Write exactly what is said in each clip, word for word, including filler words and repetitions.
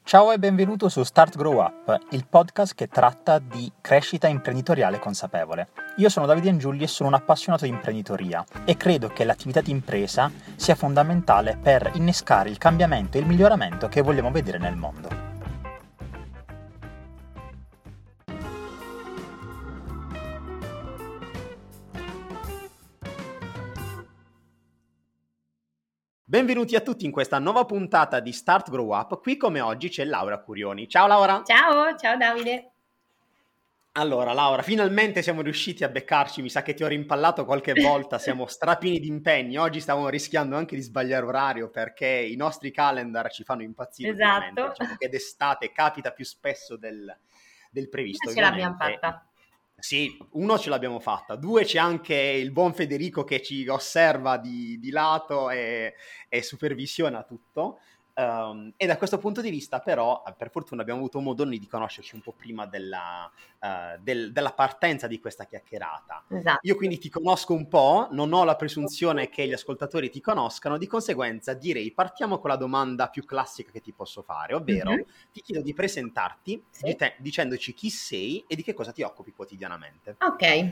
Ciao e benvenuto su Start Grow Up, il podcast che tratta di crescita imprenditoriale consapevole. Io sono Davide Angiulli e sono un appassionato di imprenditoria e credo che l'attività di impresa sia fondamentale per innescare il cambiamento e il miglioramento che vogliamo vedere nel mondo. Benvenuti a tutti in questa nuova puntata di Start Grow Up. Qui come oggi c'è Laura Curioni. Ciao Laura! Ciao, ciao Davide! Allora Laura, finalmente siamo riusciti a beccarci, mi sa che ti ho rimpallato qualche volta, siamo strapieni di impegni, oggi stiamo rischiando anche di sbagliare orario perché i nostri calendar ci fanno impazzire ultimamente, Esatto. diciamo che d'estate capita più spesso del, del previsto. Ma ce l'abbiamo fatta. Sì, uno ce l'abbiamo fatta, due c'è anche il buon Federico che ci osserva di, di lato e, e supervisiona tutto. Um, e da questo punto di vista però per fortuna abbiamo avuto modo di conoscerci un po' prima della, uh, del, della partenza di questa chiacchierata. Esatto. Io quindi ti conosco un po', non ho la presunzione che gli ascoltatori ti conoscano, di conseguenza direi partiamo con la domanda più classica che ti posso fare, ovvero mm-hmm. ti chiedo di presentarti sì. di te, dicendoci chi sei e di che cosa ti occupi quotidianamente. Ok,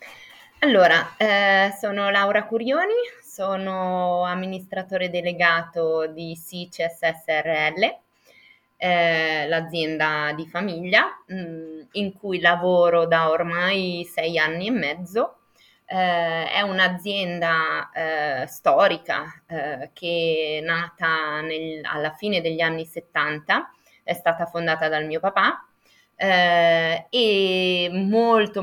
allora eh, sono Laura Curioni, sono amministratore delegato di S I C E S S R L, eh, l'azienda di famiglia mh, in cui lavoro da ormai sei anni e mezzo. Eh, è un'azienda eh, storica eh, che è nata nel, alla fine degli anni settanta, è stata fondata dal mio papà. Eh, e molto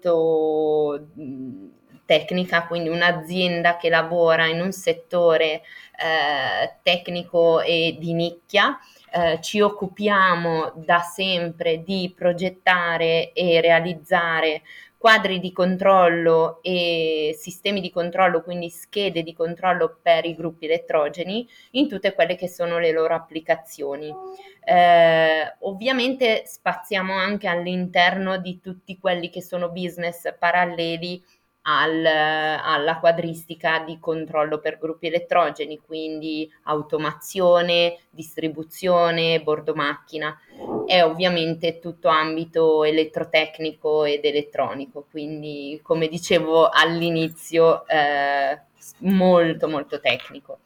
molto mh, tecnica, quindi un'azienda che lavora in un settore eh, tecnico e di nicchia. Eh, ci occupiamo da sempre di progettare e realizzare quadri di controllo e sistemi di controllo, quindi schede di controllo per i gruppi elettrogeni in tutte quelle che sono le loro applicazioni. Eh, ovviamente spaziamo anche all'interno di tutti quelli che sono business paralleli al, alla quadristica di controllo per gruppi elettrogeni, quindi automazione, distribuzione, bordo macchina. È ovviamente tutto ambito elettrotecnico ed elettronico, quindi come dicevo all'inizio eh, molto molto tecnico.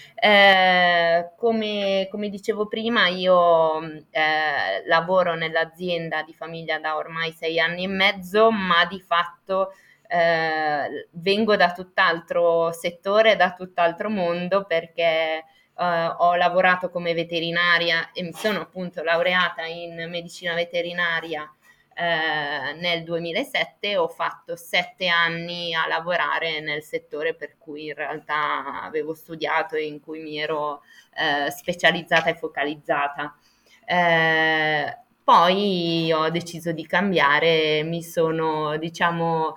Eh, come, come dicevo prima, io eh, lavoro nell'azienda di famiglia da ormai sei anni e mezzo, ma di fatto eh, vengo da tutt'altro settore, da tutt'altro mondo, perché Uh, ho lavorato come veterinaria e mi sono appunto laureata in medicina veterinaria uh, nel duemilasette. Ho fatto sette anni a lavorare nel settore per cui in realtà avevo studiato e in cui mi ero uh, specializzata e focalizzata. Uh, poi ho deciso di cambiare, mi sono diciamo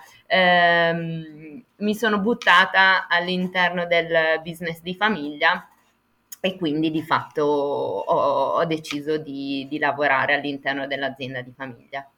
ehm, mi sono buttata all'interno del business di famiglia e quindi di fatto ho, ho deciso di, di lavorare all'interno dell'azienda di famiglia.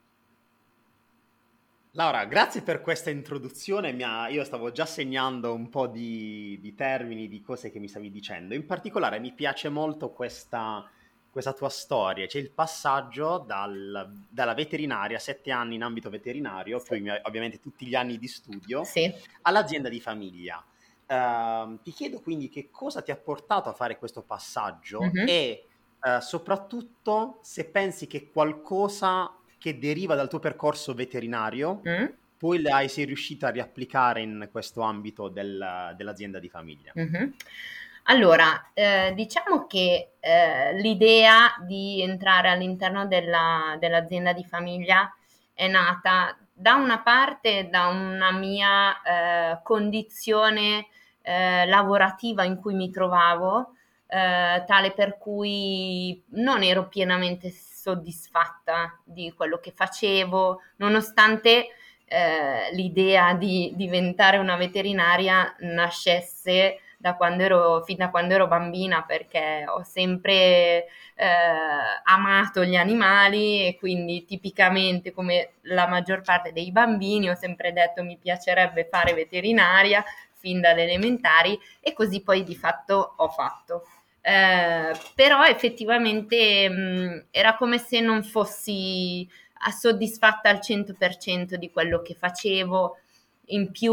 Laura, grazie per questa introduzione. Mi ha, io stavo già segnando un po' di, di termini, di cose che mi stavi dicendo. In particolare mi piace molto questa, questa tua storia, c'è il passaggio dal, dalla veterinaria, sette anni in ambito veterinario, sì. Poi ovviamente tutti gli anni di studio, sì. all'azienda di famiglia. Uh, ti chiedo quindi che cosa ti ha portato a fare questo passaggio mm-hmm. e uh, soprattutto se pensi che qualcosa che deriva dal tuo percorso veterinario mm. poi l'hai, sei riuscita a riapplicare in questo ambito del, dell'azienda di famiglia. Mm-hmm. Allora, eh, diciamo che eh, l'idea di entrare all'interno della, dell'azienda di famiglia è nata da una parte da una mia eh, condizione eh, lavorativa in cui mi trovavo, eh, tale per cui non ero pienamente soddisfatta di quello che facevo, nonostante eh, l'idea di diventare una veterinaria nascesse da quando ero, fin da quando ero bambina, perché ho sempre eh, amato gli animali e quindi tipicamente come la maggior parte dei bambini ho sempre detto mi piacerebbe fare veterinaria fin dalle elementari e così poi di fatto ho fatto. eh, però effettivamente mh, era come se non fossi soddisfatta al cento per cento di quello che facevo. In più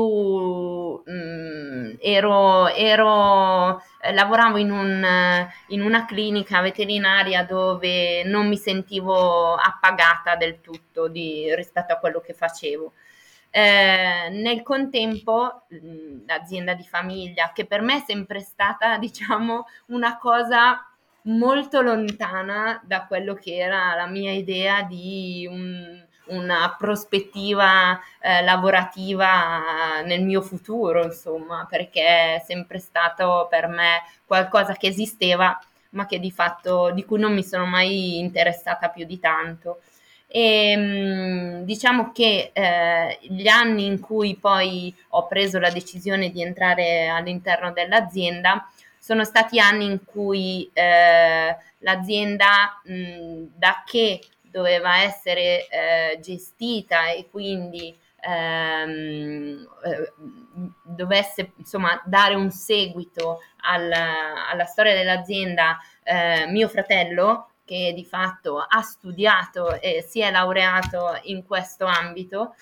mh, ero, ero eh, lavoravo in, un, in una clinica veterinaria dove non mi sentivo appagata del tutto di, rispetto a quello che facevo. Eh, nel contempo, mh, l'azienda di famiglia, che per me è sempre stata, diciamo, una cosa molto lontana da quello che era la mia idea di un, una prospettiva eh, lavorativa nel mio futuro, insomma, perché è sempre stato per me qualcosa che esisteva, ma che di fatto di cui non mi sono mai interessata più di tanto. E mh, diciamo che eh, gli anni in cui poi ho preso la decisione di entrare all'interno dell'azienda sono stati anni in cui eh, l'azienda, mh, da che doveva essere eh, gestita e quindi ehm, eh, dovesse insomma dare un seguito alla, alla storia dell'azienda, eh, mio fratello, che di fatto ha studiato e si è laureato in questo ambito,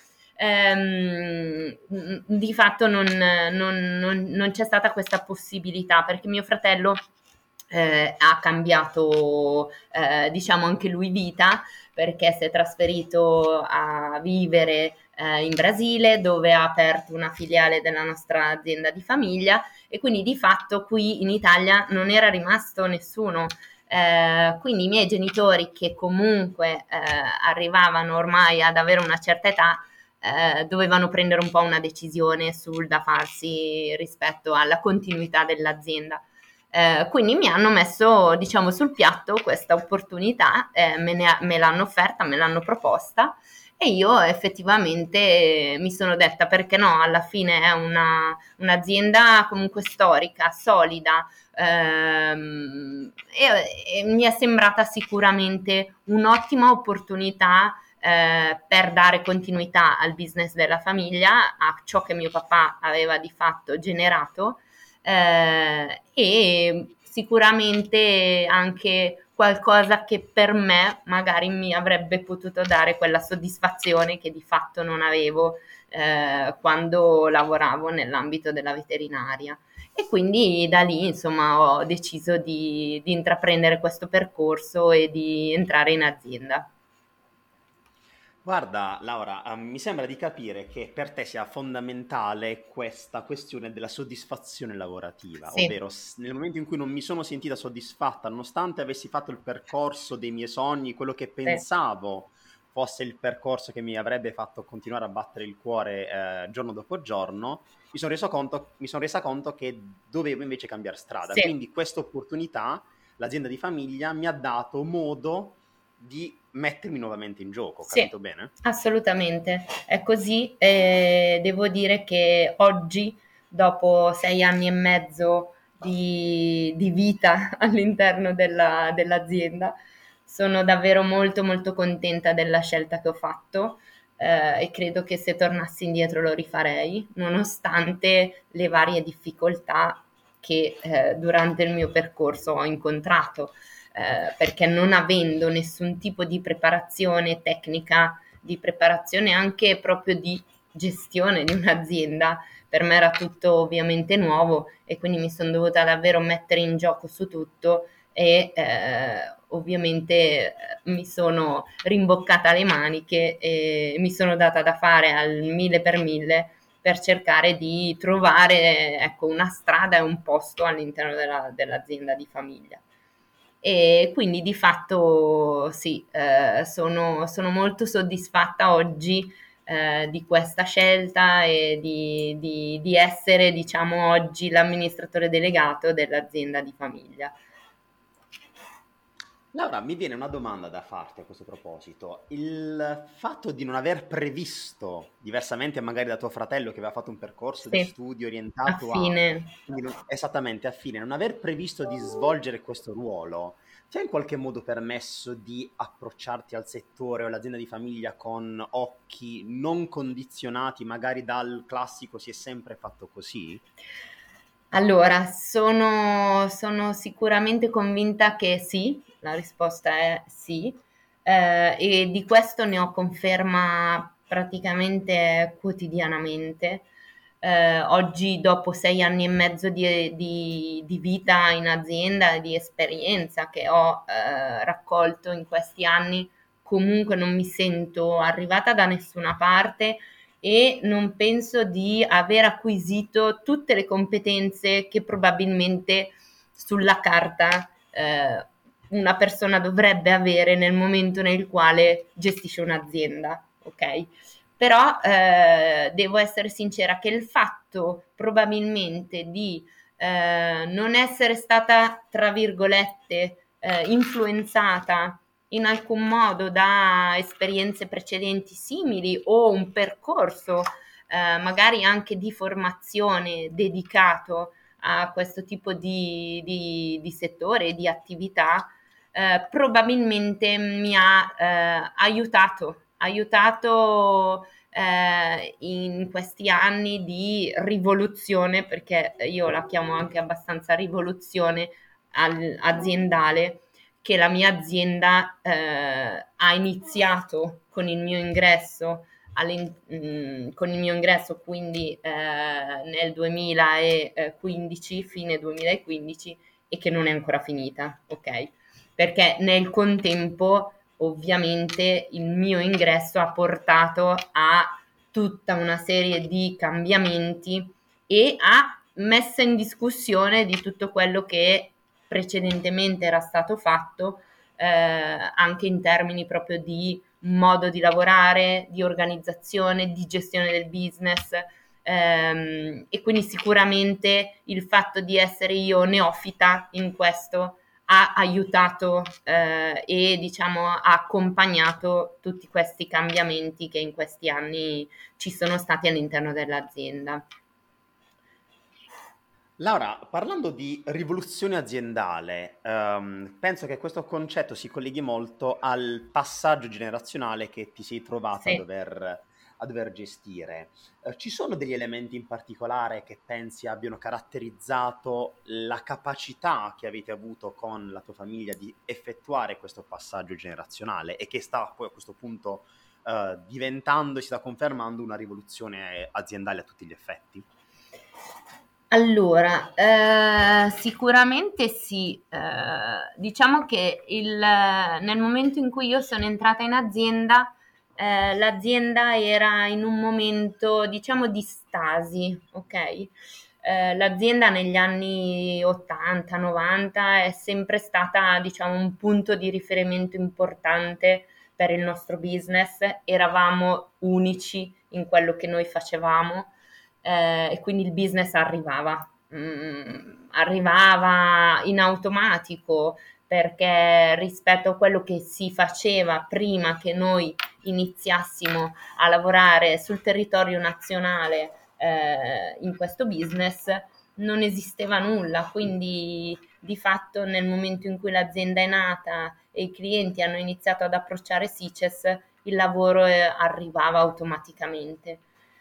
ehm, di fatto non, non, non, non c'è stata questa possibilità, perché mio fratello eh, ha cambiato, eh, diciamo, anche lui vita, perché si è trasferito a vivere eh, in Brasile, dove ha aperto una filiale della nostra azienda di famiglia, e quindi di fatto qui in Italia non era rimasto nessuno. Eh, quindi i miei genitori, che comunque eh, arrivavano ormai ad avere una certa età, eh, dovevano prendere un po' una decisione sul da farsi rispetto alla continuità dell'azienda. Eh, quindi mi hanno messo, diciamo, sul piatto questa opportunità, eh, me, ne, me l'hanno offerta, me l'hanno proposta, e io effettivamente mi sono detta perché no, alla fine è una, un'azienda comunque storica, solida, ehm, e, e mi è sembrata sicuramente un'ottima opportunità eh, per dare continuità al business della famiglia, a ciò che mio papà aveva di fatto generato, eh, e sicuramente anche qualcosa che per me magari mi avrebbe potuto dare quella soddisfazione che di fatto non avevo eh, quando lavoravo nell'ambito della veterinaria. E quindi da lì, insomma, ho deciso di, di intraprendere questo percorso e di entrare in azienda. Guarda, Laura, eh, mi sembra di capire che per te sia fondamentale questa questione della soddisfazione lavorativa, Sì, ovvero s- nel momento in cui non mi sono sentita soddisfatta, nonostante avessi fatto il percorso dei miei sogni, quello che sì, pensavo fosse il percorso che mi avrebbe fatto continuare a battere il cuore eh, giorno dopo giorno, mi sono reso conto, mi sono resa conto che dovevo invece cambiare strada. sì. Quindi questa opportunità, l'azienda di famiglia, mi ha dato modo di mettermi nuovamente in gioco, ho Sì, capito bene? assolutamente, è così. E devo dire che oggi, dopo sei anni e mezzo di, di vita all'interno della- dell'azienda, sono davvero molto molto contenta della scelta che ho fatto, eh, e credo che se tornassi indietro lo rifarei, nonostante le varie difficoltà che eh, durante il mio percorso ho incontrato, eh, perché non avendo nessun tipo di preparazione tecnica, di preparazione anche proprio di gestione di un'azienda, per me era tutto ovviamente nuovo, e quindi mi sono dovuta davvero mettere in gioco su tutto, e eh, ovviamente eh, mi sono rimboccata le maniche e mi sono data da fare al mille per mille per cercare di trovare, ecco, una strada e un posto all'interno della, dell'azienda di famiglia. E quindi di fatto sì, eh, sono, sono molto soddisfatta oggi eh, di questa scelta e di, di, di essere, diciamo, oggi l'amministratore delegato dell'azienda di famiglia. Laura, mi viene una domanda da farti a questo proposito. Il fatto di non aver previsto, diversamente magari da tuo fratello che aveva fatto un percorso di Sì, studio a orientato a, fine. quindi non- esattamente a fine, non aver previsto di svolgere questo ruolo, ti ha in qualche modo permesso di approcciarti al settore o all'azienda di famiglia con occhi non condizionati magari dal classico si è sempre fatto così? Allora, sono, sono sicuramente convinta che sì, la risposta è sì, eh, e di questo ne ho conferma praticamente quotidianamente. Eh, oggi, dopo sei anni e mezzo di, di- di vita in azienda e di esperienza che ho eh, raccolto in questi anni, comunque non mi sento arrivata da nessuna parte e non penso di aver acquisito tutte le competenze che probabilmente sulla carta eh, una persona dovrebbe avere nel momento nel quale gestisce un'azienda, ok? Però eh, devo essere sincera che il fatto probabilmente di eh, non essere stata, tra virgolette, eh, influenzata in alcun modo da esperienze precedenti simili o un percorso eh, magari anche di formazione dedicato a questo tipo di, di, di settore, di attività, eh, probabilmente mi ha eh, aiutato, aiutato eh, in questi anni di rivoluzione, perché io la chiamo anche abbastanza rivoluzione al- aziendale, che la mia azienda eh, ha iniziato con il mio ingresso, mh, con il mio ingresso quindi eh, nel duemilaquindici, fine duemilaquindici, e che non è ancora finita, ok? Perché nel contempo ovviamente il mio ingresso ha portato a tutta una serie di cambiamenti e a messa in discussione di tutto quello che precedentemente era stato fatto, eh, anche in termini proprio di modo di lavorare, di organizzazione, di gestione del business. Ehm, e quindi sicuramente il fatto di essere io neofita in questo ha aiutato eh, e diciamo ha accompagnato tutti questi cambiamenti che in questi anni ci sono stati all'interno dell'azienda. Laura, parlando di rivoluzione aziendale, ehm, penso che questo concetto si colleghi molto al passaggio generazionale che ti sei trovata a Sì. dover, a dover gestire. Eh, ci sono degli elementi in particolare che pensi abbiano caratterizzato la capacità che avete avuto con la tua famiglia di effettuare questo passaggio generazionale e che sta poi a questo punto eh, diventando e si sta confermando una rivoluzione aziendale a tutti gli effetti? Allora, eh, sicuramente sì. Eh, diciamo che il- nel momento in cui io sono entrata in azienda, eh, l'azienda era in un momento, diciamo, di stasi, ok? Eh, l'azienda negli anni ottanta, novanta è sempre stata, diciamo, un punto di riferimento importante per il nostro business. Eravamo unici in quello che noi facevamo eh, e quindi il business arrivava, mm, arrivava in automatico perché rispetto a quello che si faceva prima che noi iniziassimo a lavorare sul territorio nazionale eh, in questo business non esisteva nulla, quindi di fatto nel momento in cui l'azienda è nata e i clienti hanno iniziato ad approcciare Sices, il lavoro eh, arrivava automaticamente.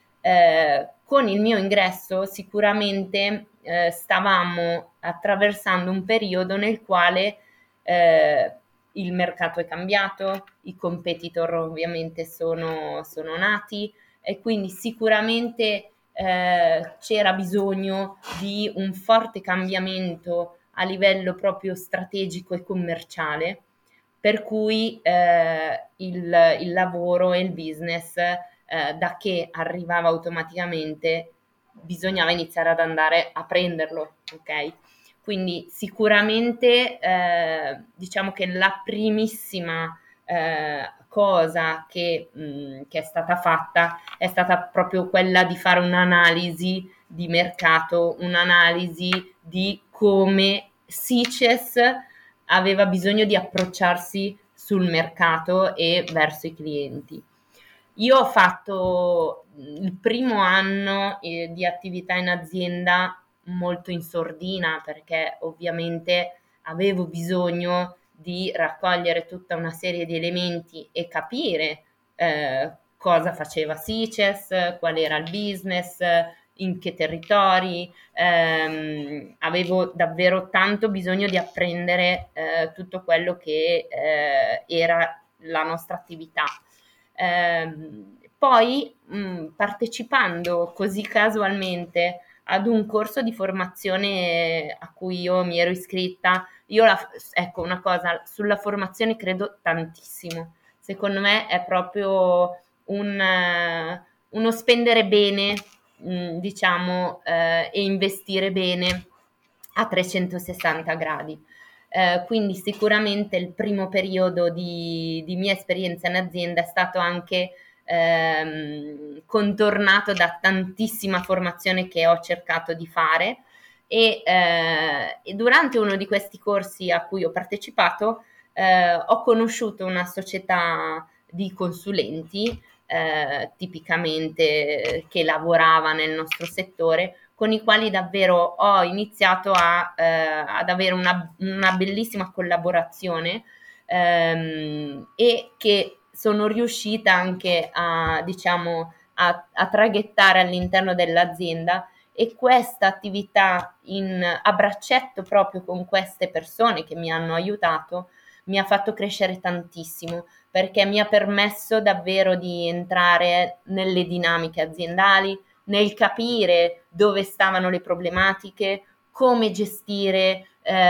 Eh, con il mio ingresso sicuramente eh, stavamo attraversando un periodo nel quale eh, il mercato è cambiato, i competitor ovviamente sono, sono nati e quindi sicuramente eh, c'era bisogno di un forte cambiamento a livello proprio strategico e commerciale, per cui eh, il, il lavoro e il business eh, da che arrivava automaticamente bisognava iniziare ad andare a prenderlo, ok? Quindi sicuramente eh, diciamo che la primissima eh, cosa che, mh, che è stata fatta è stata proprio quella di fare un'analisi di mercato, un'analisi di come Sices aveva bisogno di approcciarsi sul mercato e verso i clienti. Io ho fatto il primo anno eh, di attività in azienda molto in sordina perché ovviamente avevo bisogno di raccogliere tutta una serie di elementi e capire eh, cosa faceva Sices, qual era il business, in che territori, ehm, avevo davvero tanto bisogno di apprendere eh, tutto quello che eh, era la nostra attività. Eh, poi mh, partecipando così casualmente ad un corso di formazione a cui io mi ero iscritta, io la, ecco una cosa, sulla formazione credo tantissimo. Secondo me è proprio un, uh, uno spendere bene, mh, diciamo, eh, e investire bene a trecentosessanta gradi. Eh, quindi sicuramente il primo periodo di, di mia esperienza in azienda è stato anche ehm, contornato da tantissima formazione che ho cercato di fare e, eh, e durante uno di questi corsi a cui ho partecipato eh, ho conosciuto una società di consulenti eh, tipicamente che lavorava nel nostro settore, con i quali davvero ho iniziato a, eh, ad avere una, una bellissima collaborazione ehm, e che sono riuscita anche a, diciamo, a, a traghettare all'interno dell'azienda, e questa attività in a braccetto proprio con queste persone che mi hanno aiutato mi ha fatto crescere tantissimo, perché mi ha permesso davvero di entrare nelle dinamiche aziendali, nel capire dove stavano le problematiche, come gestire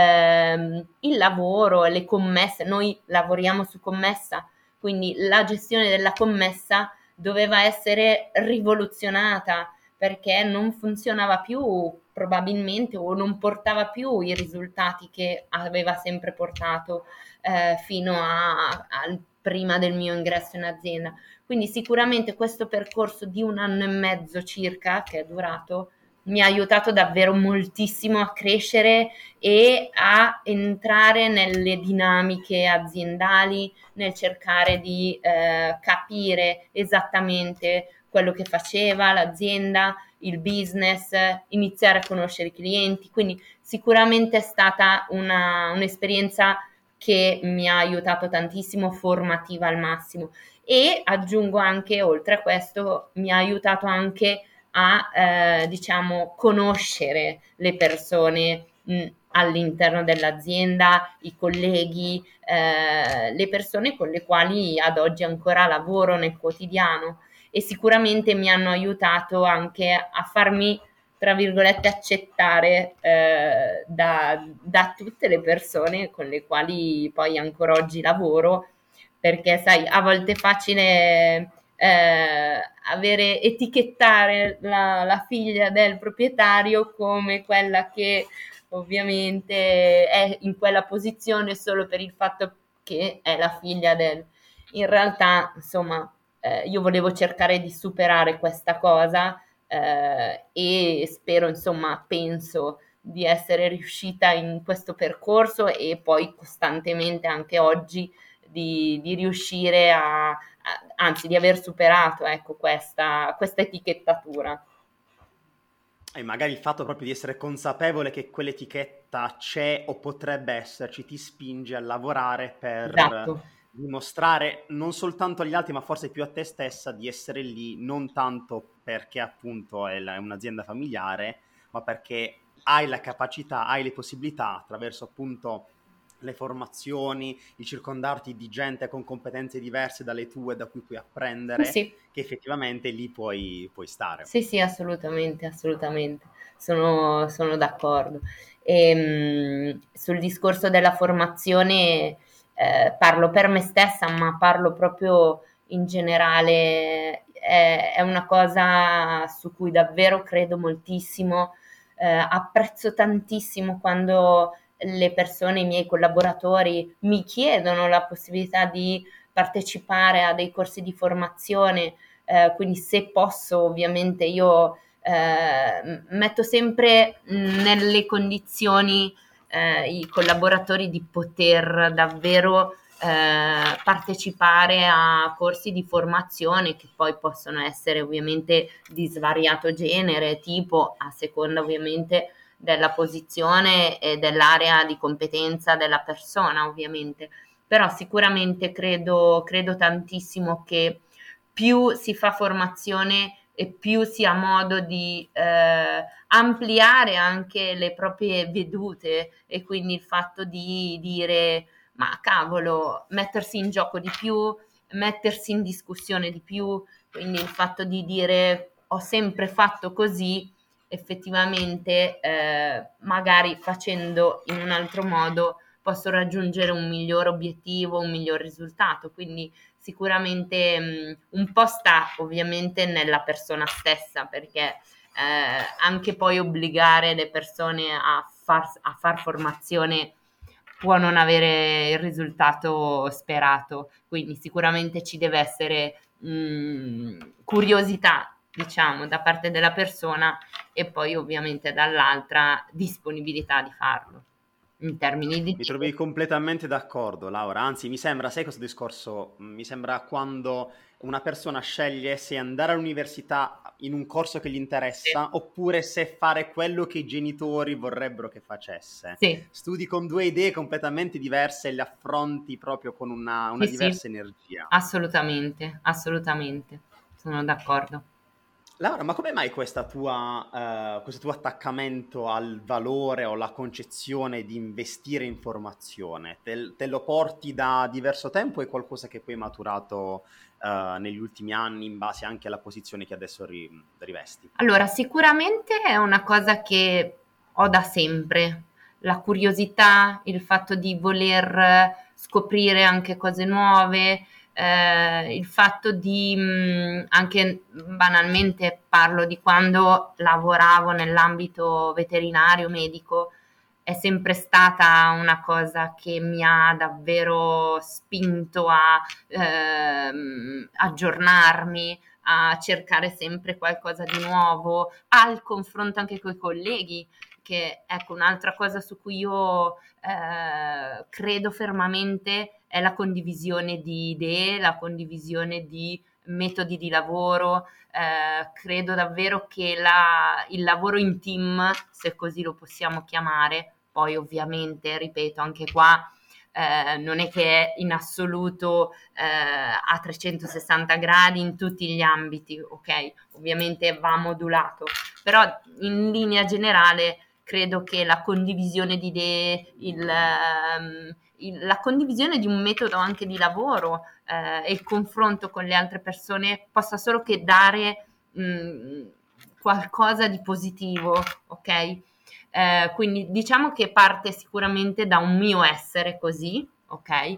ehm, il lavoro, le commesse. Noi lavoriamo su commessa, quindi la gestione della commessa doveva essere rivoluzionata perché non funzionava più probabilmente o non portava più i risultati che aveva sempre portato eh, fino a, a prima del mio ingresso in azienda. Quindi sicuramente questo percorso di un anno e mezzo circa che è durato mi ha aiutato davvero moltissimo a crescere e a entrare nelle dinamiche aziendali, nel cercare di eh, capire esattamente quello che faceva l'azienda, il business, iniziare a conoscere i clienti. Quindi sicuramente è stata una, un'esperienza che mi ha aiutato tantissimo, formativa al massimo. E aggiungo anche, oltre a questo, mi ha aiutato anche a eh, diciamo conoscere le persone mh, all'interno dell'azienda, i colleghi, eh, le persone con le quali ad oggi ancora lavoro nel quotidiano, e sicuramente mi hanno aiutato anche a farmi, tra virgolette, accettare eh, da, da tutte le persone con le quali poi ancora oggi lavoro, perché sai, a volte è facile eh, avere, etichettare la, la figlia del proprietario come quella che ovviamente è in quella posizione solo per il fatto che è la figlia del... In realtà, insomma, eh, io volevo cercare di superare questa cosa eh, e spero, insomma, penso di essere riuscita in questo percorso e poi costantemente anche oggi di, di riuscire a, a, anzi di aver superato ecco questa, questa etichettatura. E magari il fatto proprio di essere consapevole che quell'etichetta c'è o potrebbe esserci ti spinge a lavorare per Esatto. dimostrare non soltanto agli altri ma forse più a te stessa di essere lì non tanto perché appunto è, la, è un'azienda familiare, ma perché hai la capacità, hai le possibilità attraverso appunto le formazioni, il circondarti di gente con competenze diverse dalle tue da cui puoi apprendere, Sì. che effettivamente lì puoi, puoi stare. Sì, sì, assolutamente, assolutamente, sono, sono d'accordo. E, mh, sul discorso della formazione eh, parlo per me stessa, ma parlo proprio in generale, è, è una cosa su cui davvero credo moltissimo, eh, apprezzo tantissimo quando le persone, i miei collaboratori, mi chiedono la possibilità di partecipare a dei corsi di formazione. Eh, quindi se posso ovviamente io eh, metto sempre nelle condizioni eh, i collaboratori di poter davvero eh, partecipare a corsi di formazione che poi possono essere ovviamente di svariato genere, tipo a seconda ovviamente della posizione e dell'area di competenza della persona ovviamente, però sicuramente credo, credo tantissimo che più si fa formazione, e più si ha modo di eh, ampliare anche le proprie vedute, e quindi il fatto di dire ma cavolo, mettersi in gioco di più, mettersi in discussione di più, quindi il fatto di dire ho sempre fatto così, effettivamente eh, magari facendo in un altro modo posso raggiungere un miglior obiettivo, un miglior risultato. Quindi sicuramente mh, un po' sta ovviamente nella persona stessa, perché eh, anche poi obbligare le persone a far, a far formazione può non avere il risultato sperato, quindi sicuramente ci deve essere mh, curiosità, diciamo, da parte della persona, e poi ovviamente dall'altra disponibilità di farlo in termini di Mi tempo. trovi completamente d'accordo, Laura. Anzi, mi sembra, sai questo discorso? Mi sembra quando una persona sceglie se andare all'università in un corso che gli interessa oppure se fare quello che i genitori vorrebbero che facesse. Sì, Studi con due idee completamente diverse e le affronti proprio con una, una sì, sì, diversa energia. assolutamente, assolutamente, sono d'accordo. Laura, ma come mai questa tua, eh, questo tuo attaccamento al valore o alla concezione di investire in formazione? Te, te lo porti da diverso tempo o è qualcosa che poi hai maturato, eh, negli ultimi anni in base anche alla posizione che adesso ri- rivesti? Allora, sicuramente è una cosa che ho da sempre, la curiosità, il fatto di voler scoprire anche cose nuove, eh, il fatto di, mh, anche banalmente parlo di quando lavoravo nell'ambito veterinario medico, è sempre stata una cosa che mi ha davvero spinto a ehm, aggiornarmi, a cercare sempre qualcosa di nuovo, al confronto anche coi colleghi, che ecco un'altra cosa su cui io eh, credo fermamente è la condivisione di idee, la condivisione di metodi di lavoro. Eh, credo davvero che la, il lavoro in team, se così lo possiamo chiamare, poi ovviamente, ripeto, anche qua eh, non è che è in assoluto eh, a trecentosessanta gradi in tutti gli ambiti, ok? Ovviamente va modulato, però in linea generale credo che la condivisione di idee, il, ehm, il, la condivisione di un metodo anche di lavoro eh, e il confronto con le altre persone possa solo che dare mh, qualcosa di positivo, ok? Eh, quindi diciamo che parte sicuramente da un mio essere così, ok?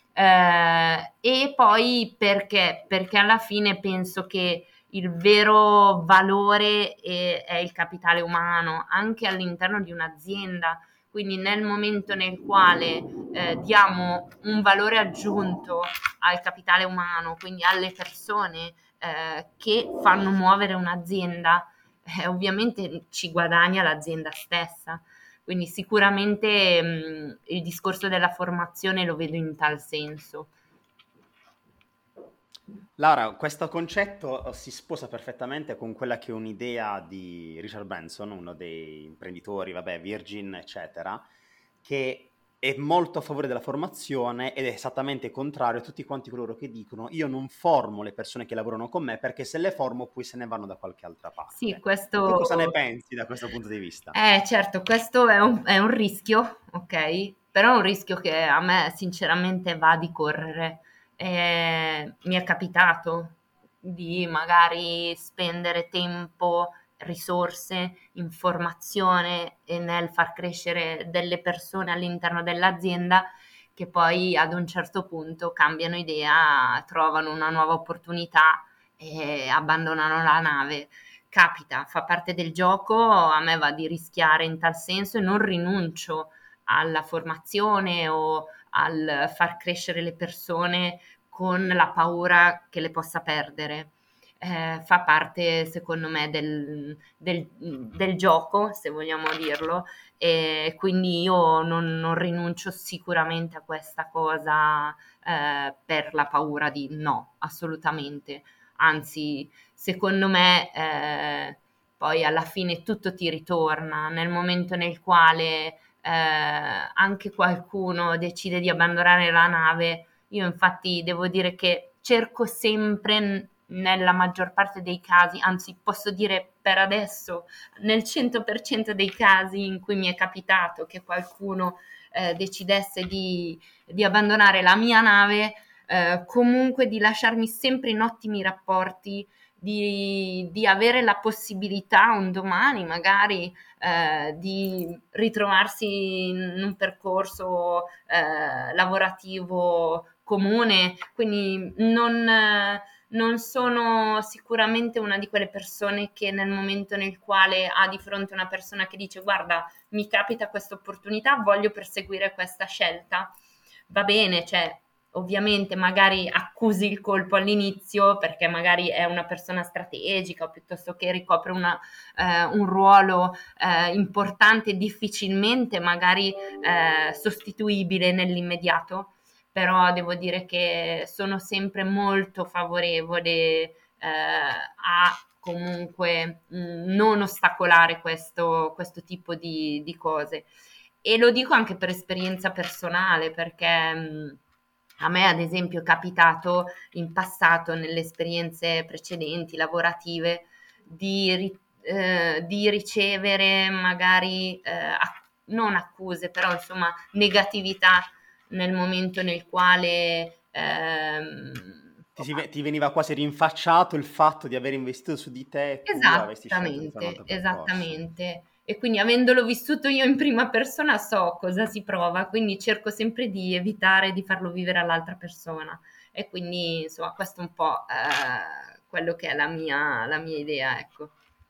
Eh, e poi perché? Perché alla fine penso che il vero valore è, è il capitale umano, anche all'interno di un'azienda. Quindi nel momento nel quale eh, diamo un valore aggiunto al capitale umano, quindi alle persone eh, che fanno muovere un'azienda, eh, ovviamente ci guadagna l'azienda stessa. Quindi sicuramente mh, il discorso della formazione lo vedo in tal senso. Laura, questo concetto eh, si sposa perfettamente con quella che è un'idea di Richard Branson, uno dei imprenditori, vabbè, Virgin, eccetera, che è molto a favore della formazione ed è esattamente contrario a tutti quanti coloro che dicono io non formo le persone che lavorano con me perché se le formo poi se ne vanno da qualche altra Sì, parte. Tu cosa ne questo, pensi da questo punto di vista? eh, certo, questo è un, è un rischio, ok? Però è un rischio che a me sinceramente va di correre. Eh, mi è capitato di magari spendere tempo, risorse, informazione e nel far crescere delle persone all'interno dell'azienda che poi ad un certo punto cambiano idea, trovano una nuova opportunità e abbandonano la nave. Capita, fa parte del gioco, a me va di rischiare in tal senso e non rinuncio alla formazione o al far crescere le persone con la paura che le possa perdere. Eh, fa parte, secondo me, del, del, del gioco, se vogliamo dirlo, e quindi io non, non rinuncio sicuramente a questa cosa eh, per la paura di no, assolutamente. Anzi, secondo me, eh, poi alla fine tutto ti ritorna nel momento nel quale eh, anche qualcuno decide di abbandonare la nave. Io infatti devo dire che cerco sempre nella maggior parte dei casi, anzi posso dire per adesso, nel cento per cento dei casi in cui mi è capitato che qualcuno eh, decidesse di, di abbandonare la mia nave, eh, comunque di lasciarmi sempre in ottimi rapporti, di, di avere la possibilità un domani magari eh, di ritrovarsi in un percorso eh, lavorativo comune, quindi non, eh, non sono sicuramente una di quelle persone che nel momento nel quale ha di fronte una persona che dice guarda, mi capita questa opportunità, voglio perseguire questa scelta, va bene, cioè ovviamente magari accusi il colpo all'inizio perché magari è una persona strategica o piuttosto che ricopre una, eh, un ruolo eh, importante, difficilmente magari eh, sostituibile nell'immediato, però devo dire che sono sempre molto favorevole eh, a comunque mh, non ostacolare questo, questo tipo di, di cose. E lo dico anche per esperienza personale, perché mh, a me, ad esempio, è capitato in passato, nelle esperienze precedenti lavorative, di, ri- eh, di ricevere magari eh, acc- non accuse, però insomma negatività nel momento nel quale ehm, Ti, si- ti veniva quasi rinfacciato il fatto di aver investito su di te e tu avessi scelto di fare un esattamente, altro percorso. esattamente. E quindi avendolo vissuto io in prima persona so cosa si prova, quindi cerco sempre di evitare di farlo vivere all'altra persona. E quindi insomma questo è un po' eh, quello che è la mia, la mia idea, ecco.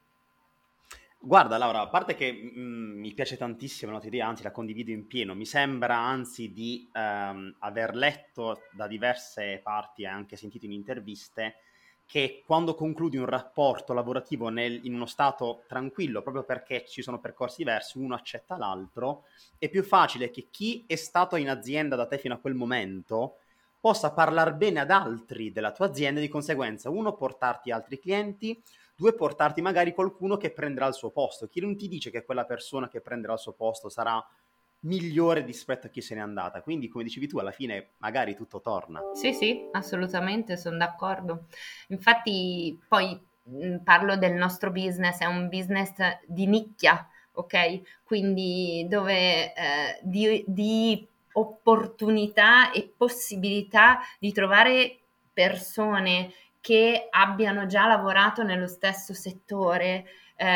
Guarda Laura, a parte che mm, mi piace tantissimo la tua idea, anzi la condivido in pieno, mi sembra anzi di ehm, aver letto da diverse parti e anche sentito in interviste che quando concludi un rapporto lavorativo nel- in uno stato tranquillo, proprio perché ci sono percorsi diversi, uno accetta l'altro, è più facile che chi è stato in azienda da te fino a quel momento possa parlare bene ad altri della tua azienda e di conseguenza uno portarti altri clienti, due portarti magari qualcuno che prenderà il suo posto. Chi non ti dice che quella persona che prenderà il suo posto sarà migliore rispetto a chi se n'è andata? Quindi, come dicevi tu, alla fine magari tutto torna. Sì, sì, assolutamente, sono d'accordo. Infatti, poi mh, parlo del nostro business, è un business di nicchia, ok? Quindi dove eh, di, di opportunità e possibilità di trovare persone che abbiano già lavorato nello stesso settore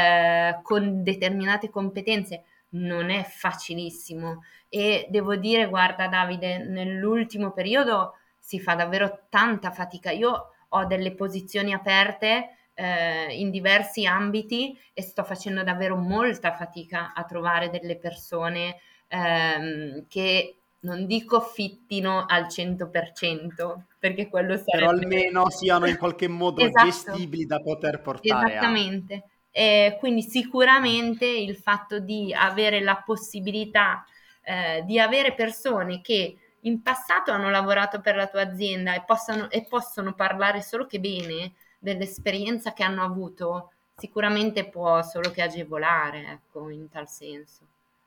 eh, con determinate competenze non è facilissimo. E devo dire, guarda Davide, nell'ultimo periodo si fa davvero tanta fatica. Io ho delle posizioni aperte eh, in diversi ambiti e sto facendo davvero molta fatica a trovare delle persone ehm, che non dico fittino al cento per cento, perché quello Però sarebbe... almeno siano in qualche modo Esatto, gestibili da poter portare a... esattamente. Eh, quindi sicuramente il fatto di avere la possibilità eh, di avere persone che in passato hanno lavorato per la tua azienda e possano, e possono parlare solo che bene dell'esperienza che hanno avuto, sicuramente può solo che agevolare, ecco, in tal senso.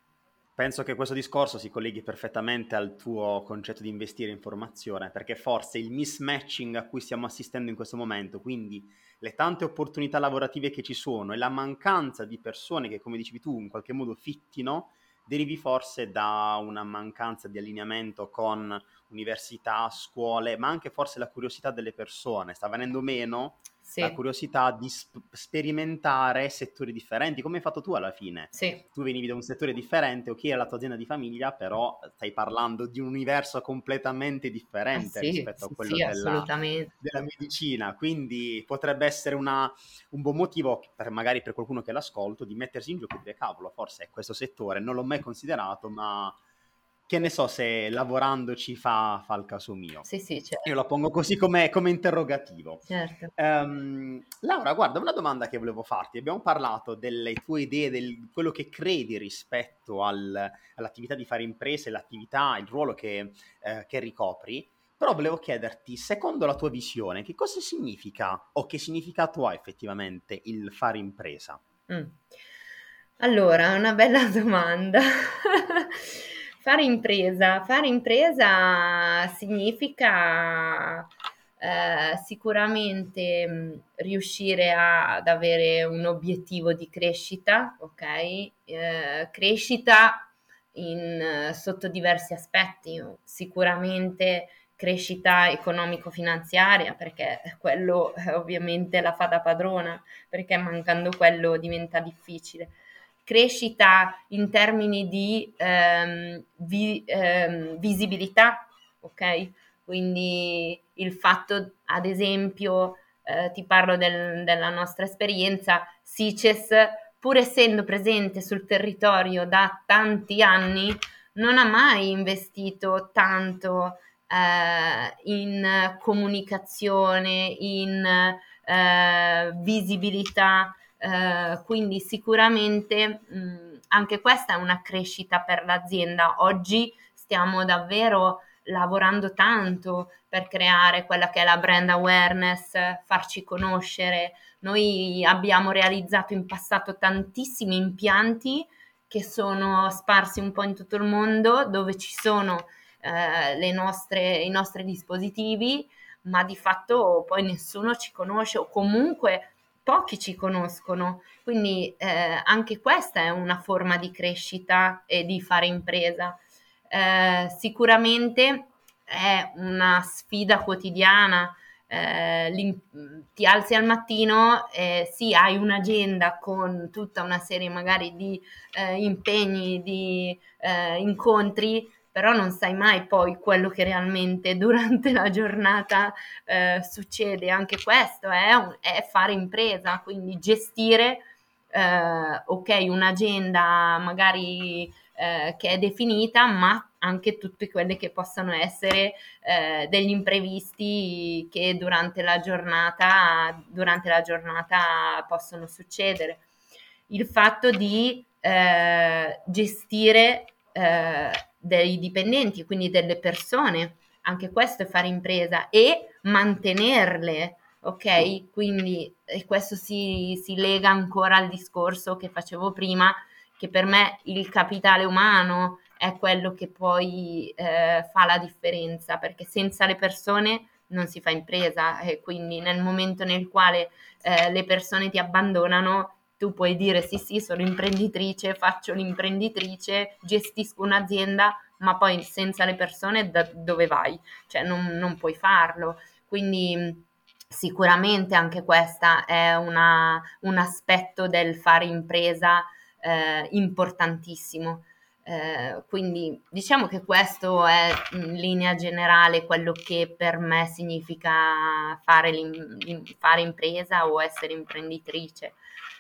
Penso che questo discorso si colleghi perfettamente al tuo concetto di investire in formazione, perché forse il mismatching a cui stiamo assistendo in questo momento, quindi le tante opportunità lavorative che ci sono e la mancanza di persone che, come dicevi tu, in qualche modo fittino, derivi forse da una mancanza di allineamento con università, scuole, ma anche forse la curiosità delle persone. Sta venendo meno la Sì, curiosità di sp- sperimentare settori differenti, come hai fatto tu alla fine. sì, Tu venivi da un settore differente, ok, è la tua azienda di famiglia, però stai parlando di un universo completamente ah, differente sì, rispetto a sì, quello sì, della, assolutamente. della medicina, quindi potrebbe essere una, un buon motivo per magari per qualcuno che l'ascolto di mettersi in gioco e dire cavolo, forse è questo settore, non l'ho mai considerato, ma che ne so se lavorandoci fa, fa il caso mio. Sì, sì, Io certo, la pongo così come, come interrogativo. certo. Ehm, Laura, guarda, una domanda che volevo farti. Abbiamo parlato delle tue idee, di quello che credi rispetto al- all'attività di fare imprese, l'attività, il ruolo che, eh, che ricopri, però volevo chiederti, secondo la tua visione, che cosa significa o che significato ha effettivamente il fare impresa? Mm. Allora, una bella domanda. Fare impresa, fare impresa significa, Eh, sicuramente mh, riuscire a- ad avere un obiettivo di crescita, ok? Eh, crescita in, eh, sotto diversi aspetti, sicuramente crescita economico-finanziaria, perché quello eh, ovviamente la fa da padrona, perché mancando quello diventa difficile. Crescita in termini di ehm, vi- ehm, visibilità, ok? Quindi il fatto, ad esempio, eh, ti parlo del- della nostra esperienza, SICES, pur essendo presente sul territorio da tanti anni, non ha mai investito tanto eh, in comunicazione, in eh, visibilità, eh, quindi sicuramente mh, anche questa è una crescita per l'azienda. Oggi stiamo davvero lavorando tanto per creare quella che è la brand awareness, farci conoscere. Noi abbiamo realizzato in passato tantissimi impianti che sono sparsi un po' in tutto il mondo, dove ci sono eh, le nostre, i nostri dispositivi, ma di fatto poi nessuno ci conosce o comunque pochi ci conoscono. Quindi eh, anche questa è una forma di crescita e di fare impresa. Eh, sicuramente è una sfida quotidiana. Eh, ti alzi al mattino, eh, sì, hai un'agenda con tutta una serie magari di eh, impegni, di eh, incontri, però non sai mai poi quello che realmente durante la giornata eh, succede. Anche questo è, un, è fare impresa, quindi gestire eh, ok, un'agenda magari eh, che è definita, ma anche tutte quelle che possano essere eh, degli imprevisti che durante la giornata, durante la giornata possono succedere. Il fatto di eh, gestire eh, dei dipendenti, quindi delle persone, anche questo è fare impresa e mantenerle, ok? Quindi e questo si, si lega ancora al discorso che facevo prima, che per me il capitale umano è quello che poi eh, fa la differenza, perché senza le persone non si fa impresa e quindi nel momento nel quale eh, le persone ti abbandonano, tu puoi dire sì sì, sono imprenditrice, faccio l'imprenditrice, gestisco un'azienda, ma poi senza le persone da dove vai? Cioè non, non puoi farlo. Quindi sicuramente anche questa è una, un aspetto del fare impresa eh, importantissimo. Eh, quindi diciamo che questo è in linea generale quello che per me significa fare, fare impresa o essere imprenditrice.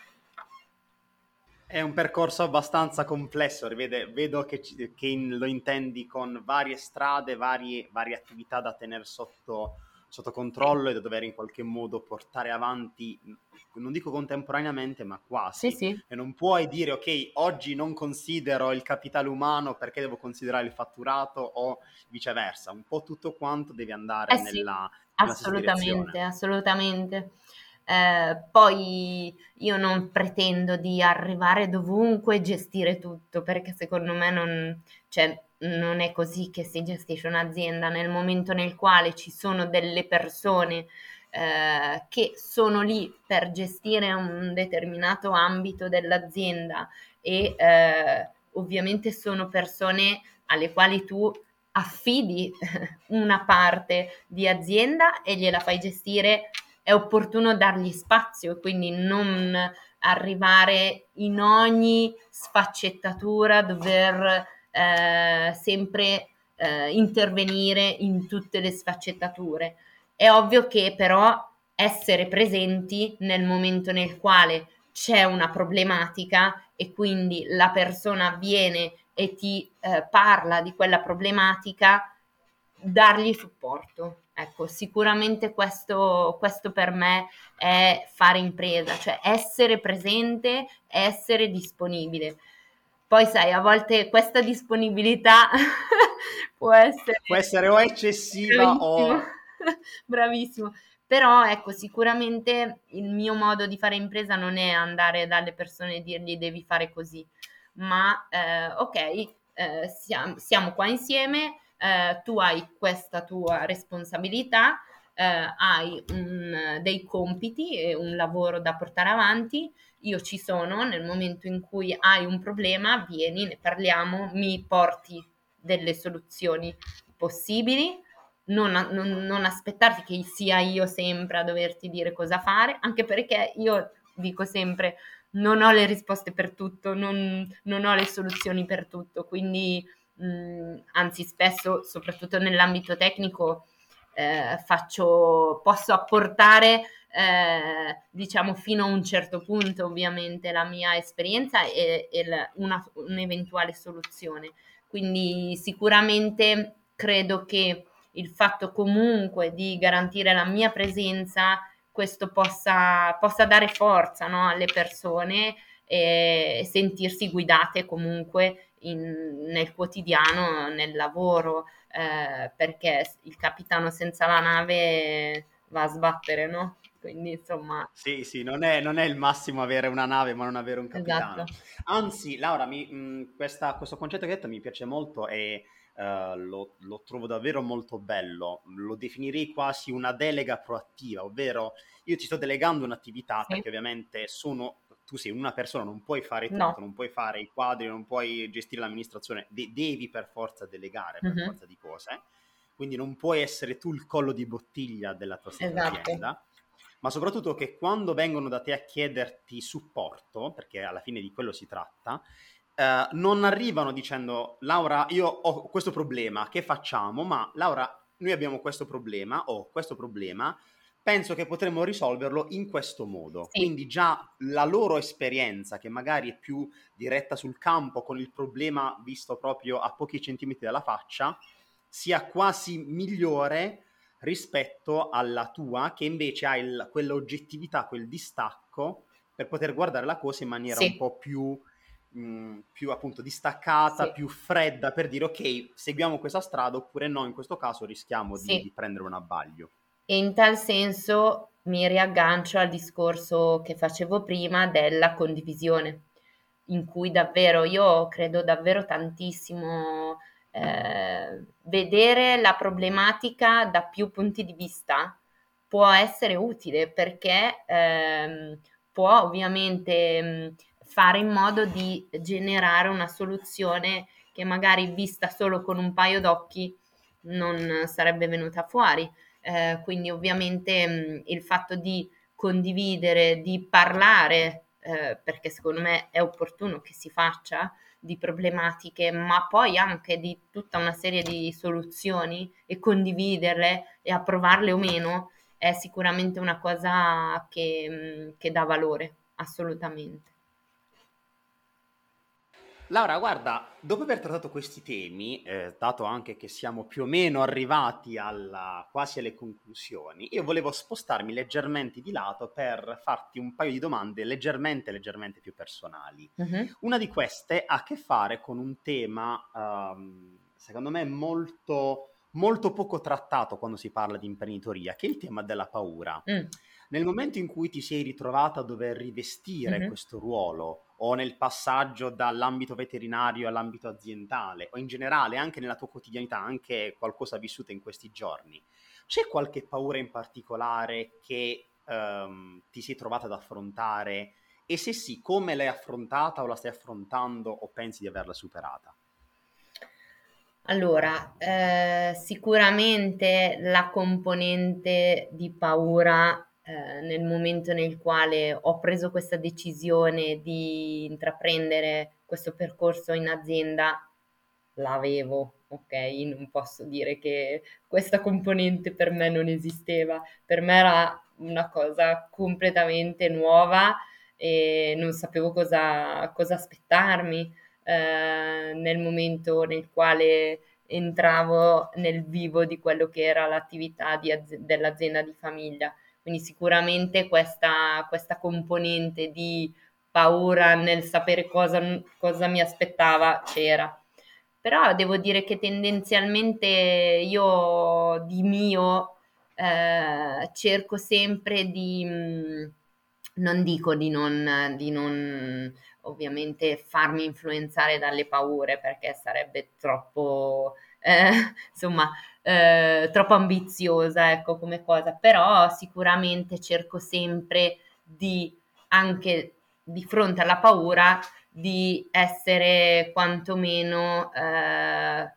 È un percorso abbastanza complesso, rivede, vedo che, ci- che in- lo intendi con varie strade, varie, varie attività da tenere sotto, sotto controllo e da dover in qualche modo portare avanti, non dico contemporaneamente, ma Sì, quasi. sì. E non puoi dire, ok, oggi non considero il capitale umano perché devo considerare il fatturato o viceversa. Un po' tutto quanto deve andare Eh sì, nella, nella stessa assolutamente, direzione. assolutamente. Eh, poi io non pretendo di arrivare dovunque e gestire tutto, perché secondo me non, cioè, non è così che si gestisce un'azienda. Nel momento nel quale ci sono delle persone eh, che sono lì per gestire un determinato ambito dell'azienda e eh, ovviamente sono persone alle quali tu affidi una parte di azienda e gliela fai gestire, è opportuno dargli spazio, quindi non arrivare in ogni sfaccettatura, dover eh, sempre eh, intervenire in tutte le sfaccettature. È ovvio che però essere presenti nel momento nel quale c'è una problematica e quindi la persona viene e ti eh, parla di quella problematica, dargli supporto. Ecco, sicuramente questo, questo per me è fare impresa, cioè essere presente, essere disponibile. Poi sai, a volte questa disponibilità può essere Può essere o eccessiva bravissimo, o... bravissimo. Però ecco, sicuramente il mio modo di fare impresa non è andare dalle persone e dirgli devi fare così, ma eh, ok, eh, siamo, siamo qua insieme, eh, tu hai questa tua responsabilità, eh, hai un, dei compiti e un lavoro da portare avanti, io ci sono, nel momento in cui hai un problema, vieni, ne parliamo, mi porti delle soluzioni possibili, non, non, non aspettarti che sia io sempre a doverti dire cosa fare, anche perché io dico sempre non ho le risposte per tutto, non, non ho le soluzioni per tutto, quindi mh, anzi spesso, soprattutto nell'ambito tecnico, eh, faccio, posso apportare eh, diciamo fino a un certo punto ovviamente la mia esperienza e, e la- una, un'eventuale soluzione. Quindi sicuramente credo che il fatto comunque di garantire la mia presenza, questo possa, possa dare forza, no, alle persone e sentirsi guidate comunque in- nel quotidiano, nel lavoro, eh, perché il capitano senza la nave va a sbattere, no? Quindi insomma, Sì, sì, non è, non è il massimo avere una nave ma non avere un esatto. capitano. Anzi, Laura, mi- mh, questa- questo concetto che hai detto mi piace molto e eh, lo, lo trovo davvero molto bello. Lo definirei quasi una delega proattiva, ovvero io ti sto delegando un'attività Sì, perché ovviamente sono, tu sei una persona, non puoi fare tutto, no. non puoi fare i quadri, non puoi gestire l'amministrazione, de- devi per forza delegare per Mhm. forza di cose. Quindi non puoi essere tu il collo di bottiglia della tua stessa Esatto. azienda, ma soprattutto che quando vengono da te a chiederti supporto, perché alla fine di quello si tratta, eh, non arrivano dicendo Laura, io ho questo problema, che facciamo? Ma Laura, noi abbiamo questo problema, ho questo problema, penso che potremmo risolverlo in questo modo. Sì, Quindi già la loro esperienza, che magari è più diretta sul campo, con il problema visto proprio a pochi centimetri dalla faccia, sia quasi migliore rispetto alla tua, che invece ha il, quell'oggettività, quel distacco per poter guardare la cosa in maniera un sì, po' più, mh, più appunto distaccata, sì, più fredda, per dire ok, seguiamo questa strada oppure no, in questo caso rischiamo di, sì. di prendere un abbaglio. E in tal senso mi riaggancio al discorso che facevo prima della condivisione, in cui davvero io credo davvero tantissimo eh, vedere la problematica da più punti di vista può essere utile perché ehm, può ovviamente mh, fare in modo di generare una soluzione che magari vista solo con un paio d'occhi non sarebbe venuta fuori. Eh, quindi ovviamente mh, il fatto di condividere, di parlare, eh, perché secondo me è opportuno che si faccia di problematiche, ma poi anche di tutta una serie di soluzioni e condividerle e approvarle o meno, è sicuramente una cosa che, mh, che dà valore, assolutamente. Laura, guarda, dopo aver trattato questi temi, eh, dato anche che siamo più o meno arrivati alla, quasi alle conclusioni, io volevo spostarmi leggermente di lato per farti un paio di domande leggermente, leggermente più personali. Mhm. Una di queste ha a che fare con un tema, ehm, secondo me, molto, molto poco trattato quando si parla di imprenditoria, che è il tema della paura. Mm. Nel momento in cui ti sei ritrovata a dover rivestire Mhm. questo ruolo, o nel passaggio dall'ambito veterinario all'ambito aziendale, o in generale anche nella tua quotidianità, anche qualcosa vissuto in questi giorni, c'è qualche paura in particolare che ehm, ti sei trovata ad affrontare? E se sì, come l'hai affrontata o la stai affrontando o pensi di averla superata? Allora, eh, sicuramente la componente di paura, eh, nel momento nel quale ho preso questa decisione di intraprendere questo percorso in azienda, l'avevo, ok? Non posso dire che questa componente per me non esisteva, per me era una cosa completamente nuova e non sapevo cosa, cosa aspettarmi eh, nel momento nel quale entravo nel vivo di quello che era l'attività di az- dell'azienda di famiglia. Quindi sicuramente questa, questa componente di paura nel sapere cosa, cosa mi aspettava c'era. Però devo dire che tendenzialmente io di mio eh, cerco sempre di, mh, non dico di non, di non ovviamente farmi influenzare dalle paure perché sarebbe troppo eh, insomma, eh, troppo ambiziosa, ecco, come cosa, però sicuramente cerco sempre di, anche di fronte alla paura, di essere quantomeno eh,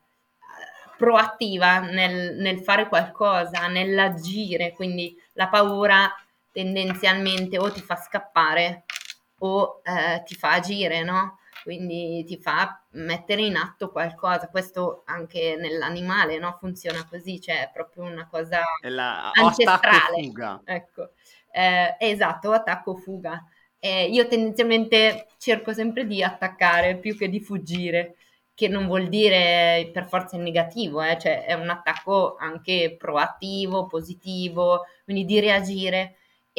proattiva nel, nel fare qualcosa, nell'agire, quindi la paura tendenzialmente o ti fa scappare o eh, ti fa agire, no? Quindi ti fa mettere in atto qualcosa. Questo anche nell'animale, no? Funziona così, cioè è proprio una cosa È la, o attacco o ancestrale. fuga. Ecco, eh, esatto, attacco o fuga. Eh, io tendenzialmente cerco sempre di attaccare più che di fuggire, che non vuol dire per forza in negativo, eh, cioè è un attacco anche proattivo, positivo, quindi di reagire.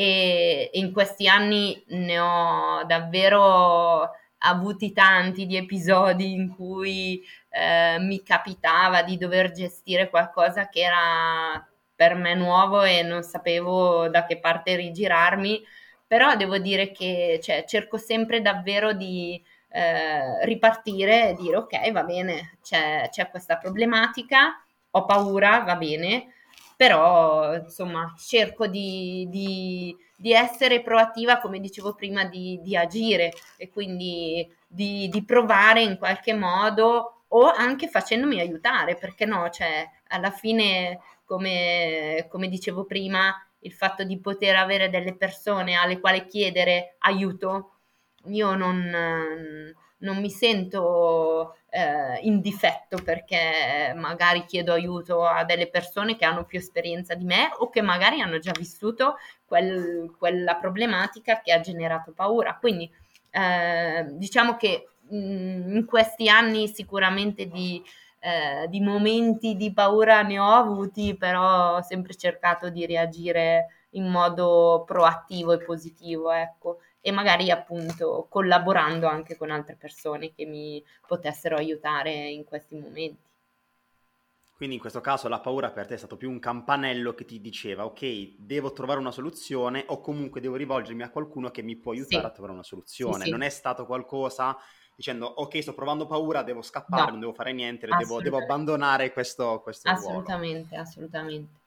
E in questi anni ne ho davvero avuti tanti di episodi in cui eh, mi capitava di dover gestire qualcosa che era per me nuovo e non sapevo da che parte rigirarmi, però devo dire che cioè, cerco sempre davvero di eh, ripartire e dire ok, va bene, c'è, c'è questa problematica, ho paura, va bene, però insomma cerco di, di, di essere proattiva, come dicevo prima, di, di agire e quindi di, di provare in qualche modo o anche facendomi aiutare, perché no? Cioè, alla fine, come, come dicevo prima, il fatto di poter avere delle persone alle quali chiedere aiuto, io non, non mi sento eh, in difetto perché magari chiedo aiuto a delle persone che hanno più esperienza di me o che magari hanno già vissuto quel, quella problematica che ha generato paura. Quindi eh, diciamo che mh, in questi anni sicuramente di, eh, di momenti di paura ne ho avuti, però ho sempre cercato di reagire in modo proattivo e positivo, ecco, e magari appunto collaborando anche con altre persone che mi potessero aiutare in questi momenti. Quindi in questo caso la paura per te è stato più un campanello che ti diceva ok, devo trovare una soluzione o comunque devo rivolgermi a qualcuno che mi può aiutare Sì, a trovare una sì, soluzione. Non sì. è stato qualcosa dicendo ok, sto provando paura, devo scappare, non No, devo fare niente, devo, devo assolutamente, abbandonare questo, questo ruolo. assolutamente, assolutamente.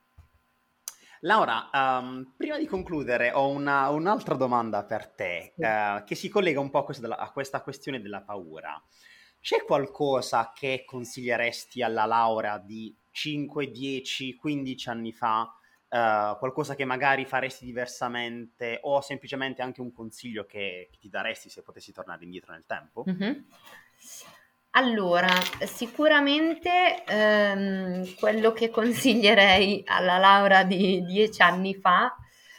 Laura, um, prima di concludere ho una, un'altra domanda per te, Sì. uh, che si collega un po' a questa, della- a questa questione della paura. C'è qualcosa che consiglieresti alla Laura di cinque, dieci, quindici anni fa? Uh, qualcosa che magari faresti diversamente o semplicemente anche un consiglio che, che ti daresti se potessi tornare indietro nel tempo? Mhm. Allora, sicuramente ehm, quello che consiglierei alla Laura di dieci anni fa,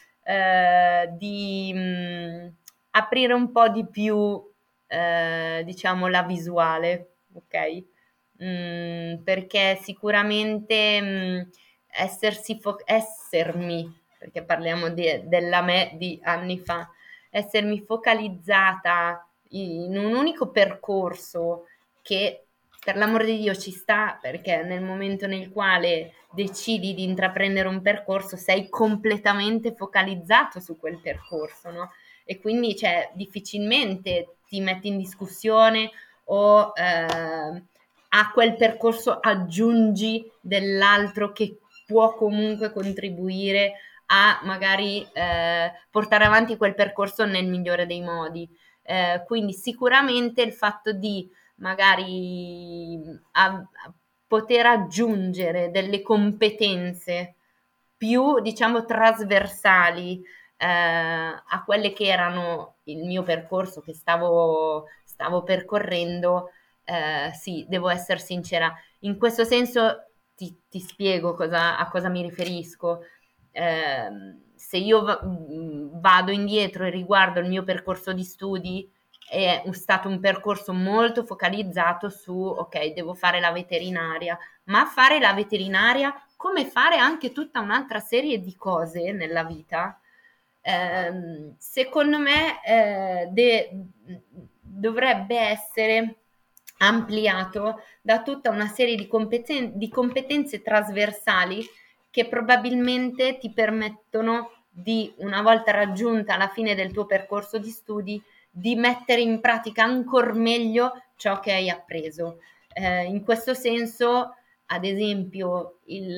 eh, di mh, aprire un po' di più, eh, diciamo, la visuale, ok? Mm, perché sicuramente mh, essersi fo- essermi, perché parliamo di- della me di anni fa, essermi focalizzata in un unico percorso che per l'amor di Dio ci sta, perché nel momento nel quale decidi di intraprendere un percorso sei completamente focalizzato su quel percorso, no? E quindi cioè, difficilmente ti metti in discussione o eh, a quel percorso aggiungi dell'altro che può comunque contribuire a magari eh, portare avanti quel percorso nel migliore dei modi. Eh, quindi sicuramente il fatto di magari a, a poter aggiungere delle competenze più, diciamo, trasversali eh, a quelle che erano il mio percorso che stavo, stavo percorrendo, eh, sì, devo essere sincera. In questo senso ti, ti spiego cosa, a cosa mi riferisco. Eh, se io va- vado indietro e riguardo il mio percorso di studi, è stato un percorso molto focalizzato su, ok, devo fare la veterinaria, ma fare la veterinaria come fare anche tutta un'altra serie di cose nella vita, ehm, secondo me eh, de- dovrebbe essere ampliato da tutta una serie di, competen- di competenze trasversali che probabilmente ti permettono di, una volta raggiunta la fine del tuo percorso di studi, di mettere in pratica ancora meglio ciò che hai appreso. Eh, in questo senso, ad esempio, il,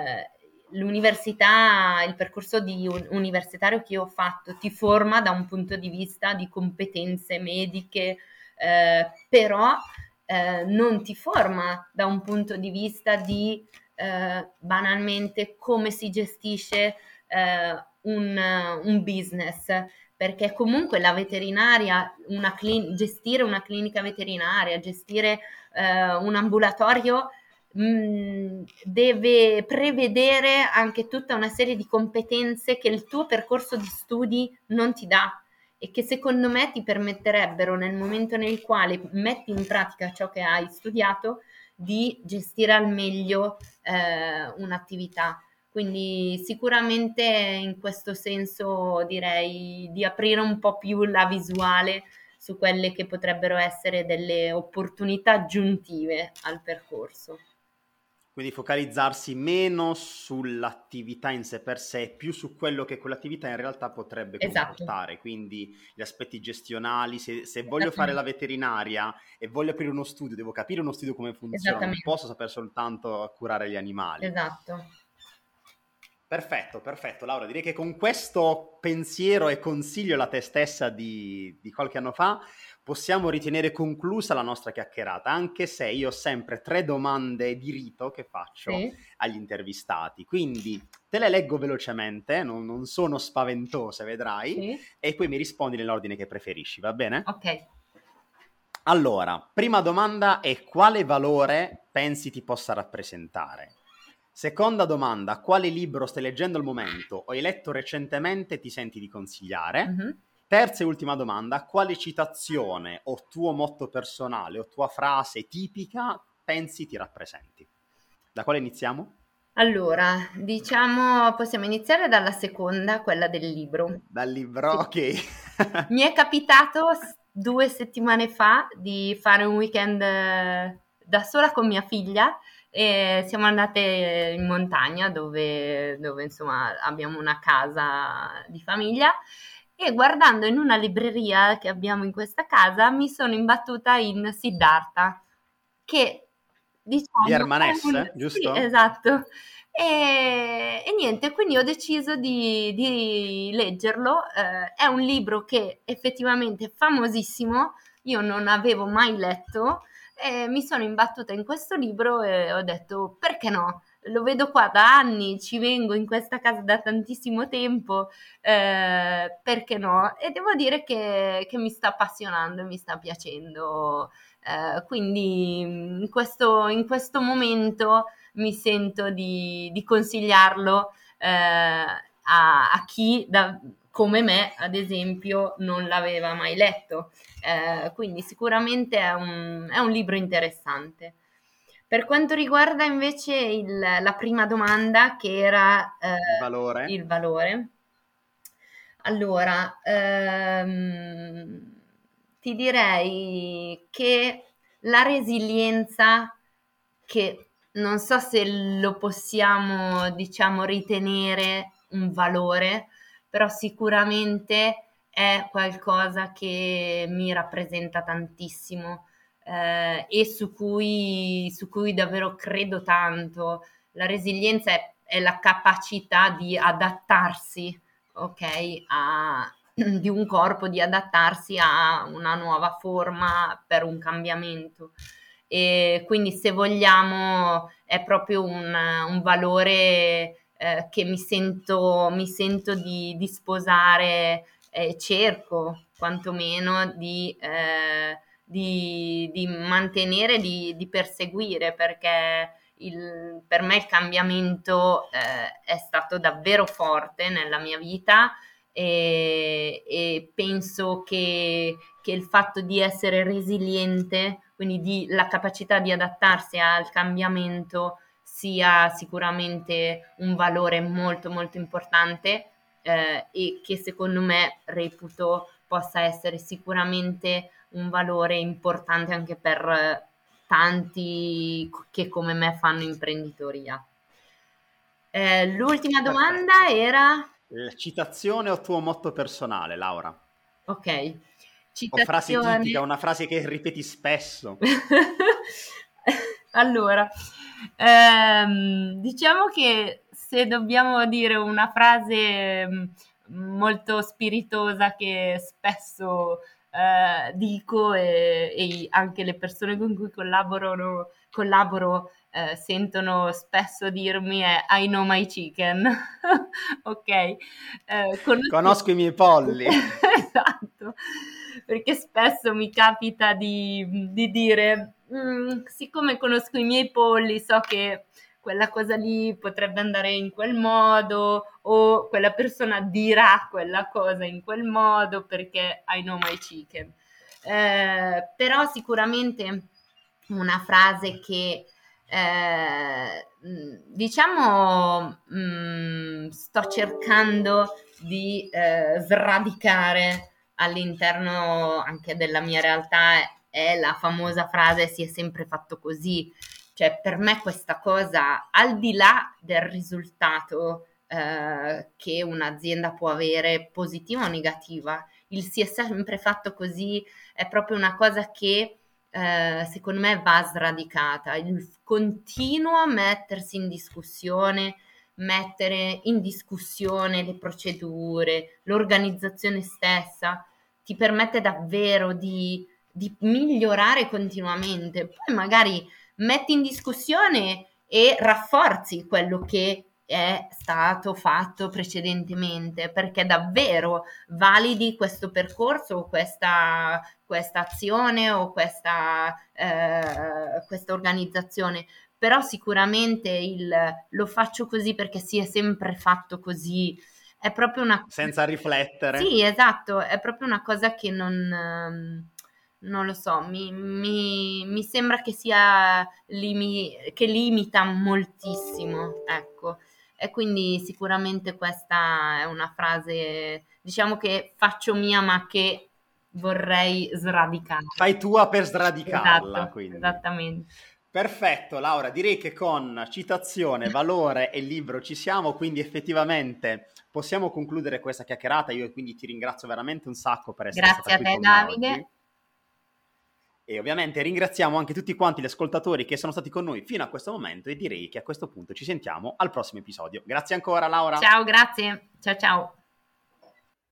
l'università, il percorso di un, universitario che io ho fatto ti forma da un punto di vista di competenze mediche, eh, però eh, non ti forma da un punto di vista di eh, banalmente come si gestisce eh, un, un business, perché comunque la veterinaria, una clin- gestire una clinica veterinaria, gestire eh, un ambulatorio mh, deve prevedere anche tutta una serie di competenze che il tuo percorso di studi non ti dà e che secondo me ti permetterebbero nel momento nel quale metti in pratica ciò che hai studiato di gestire al meglio eh, un'attività. Quindi sicuramente in questo senso direi di aprire un po' più la visuale su quelle che potrebbero essere delle opportunità aggiuntive al percorso. Quindi focalizzarsi meno sull'attività in sé per sé, più su quello che quell'attività in realtà potrebbe Esatto. comportare, quindi gli aspetti gestionali, se, se voglio fare la veterinaria e voglio aprire uno studio, devo capire uno studio come funziona, non posso sapere soltanto curare gli animali. Esatto. Perfetto, perfetto Laura, direi che con questo pensiero e consiglio alla te stessa di, di qualche anno fa possiamo ritenere conclusa la nostra chiacchierata, anche se io ho sempre tre domande di rito che faccio sì. agli intervistati, quindi te le leggo velocemente, non, non sono spaventose, vedrai, sì. e poi mi rispondi nell'ordine che preferisci, va bene? Ok. Allora, prima domanda è: quale valore pensi ti possa rappresentare? Seconda domanda: quale libro stai leggendo al momento o hai letto recentemente e ti senti di consigliare? Mm-hmm. Terza e ultima domanda: quale citazione o tuo motto personale o tua frase tipica pensi ti rappresenti? Da quale iniziamo? Allora, diciamo, possiamo iniziare dalla seconda, quella del libro. Dal libro, sì. Ok. Mi è capitato due settimane fa di fare un weekend da sola con mia figlia e siamo andate in montagna dove, dove insomma abbiamo una casa di famiglia e guardando in una libreria che abbiamo in questa casa mi sono imbattuta in Siddhartha, che diciamo di Herman un... Hesse, giusto? Sì, esatto. E, e niente, quindi ho deciso di, di leggerlo. Eh, è un libro che effettivamente è famosissimo, io non avevo mai letto e mi sono imbattuta in questo libro e ho detto perché no? Lo vedo qua da anni, ci vengo in questa casa da tantissimo tempo, eh, perché no? E devo dire che, che mi sta appassionando e mi sta piacendo. Eh, quindi in questo, in questo momento mi sento di, di consigliarlo eh, a, a chi da, come me, ad esempio, non l'aveva mai letto. Eh, quindi sicuramente è un, è un libro interessante. Per quanto riguarda invece il, la prima domanda, che era eh, il valore, il valore. Allora, ehm, ti direi che la resilienza, che non so se lo possiamo, diciamo, ritenere un valore, però sicuramente è qualcosa che mi rappresenta tantissimo eh, e su cui, su cui davvero credo tanto. La resilienza è, è la capacità di adattarsi, ok, a, di un corpo, di adattarsi a una nuova forma per un cambiamento. E quindi se vogliamo è proprio un, un valore eh, che mi sento, mi sento di, di sposare, eh, cerco quantomeno di, eh, di, di mantenere, di, di perseguire, perché il, per me il cambiamento eh, è stato davvero forte nella mia vita e, e penso che, che il fatto di essere resiliente, quindi di, la capacità di adattarsi al cambiamento, sia sicuramente un valore molto molto importante eh, e che secondo me reputo possa essere sicuramente un valore importante anche per tanti che come me fanno imprenditoria. Eh, l'ultima domanda Perfetto. Era... Citazione o tuo motto personale, Laura? Ok. Citazione. O frase tipica, una frase che ripeti spesso. Allora, ehm, diciamo che se dobbiamo dire una frase mh, molto spiritosa che spesso eh, dico e, e anche le persone con cui collaborano, collaboro eh, sentono spesso dirmi è I know my chicken. Ok? Eh, conosci- Conosco i miei polli. Esatto, perché spesso mi capita di, di dire, "Mm, siccome conosco i miei polli, so che quella cosa lì potrebbe andare in quel modo o quella persona dirà quella cosa in quel modo perché I know my chicken." Eh, però sicuramente una frase che eh, mh, diciamo mh, sto cercando di eh, sradicare all'interno anche della mia realtà è, è la famosa frase si è sempre fatto così. Cioè, per me questa cosa, al di là del risultato eh, che un'azienda può avere, positiva o negativa, il si è sempre fatto così è proprio una cosa che eh, secondo me va sradicata. Il continuo mettersi in discussione, mettere in discussione le procedure, l'organizzazione stessa, ti permette davvero di, di migliorare continuamente. Poi magari metti in discussione e rafforzi quello che è stato fatto precedentemente, perché davvero validi questo percorso o questa, questa azione o questa, eh, questa organizzazione. Però sicuramente il lo faccio così perché si è sempre fatto così è proprio una Senza riflettere. sì, esatto, è proprio una cosa che non, ehm, non lo so, mi, mi- mi sembra che sia limi- che limita moltissimo, ecco. E quindi sicuramente questa è una frase, diciamo che faccio mia, ma che vorrei sradicare. Fai tua per sradicarla, Esatto, quindi. esattamente. Perfetto, Laura, direi che con citazione, valore e libro ci siamo, quindi effettivamente possiamo concludere questa chiacchierata. Io quindi ti ringrazio veramente un sacco per essere stata Grazie a qui te, con me oggi. Davide. E ovviamente ringraziamo anche tutti quanti gli ascoltatori che sono stati con noi fino a questo momento e direi che a questo punto ci sentiamo al prossimo episodio. Grazie ancora, Laura. Ciao, grazie. Ciao, ciao.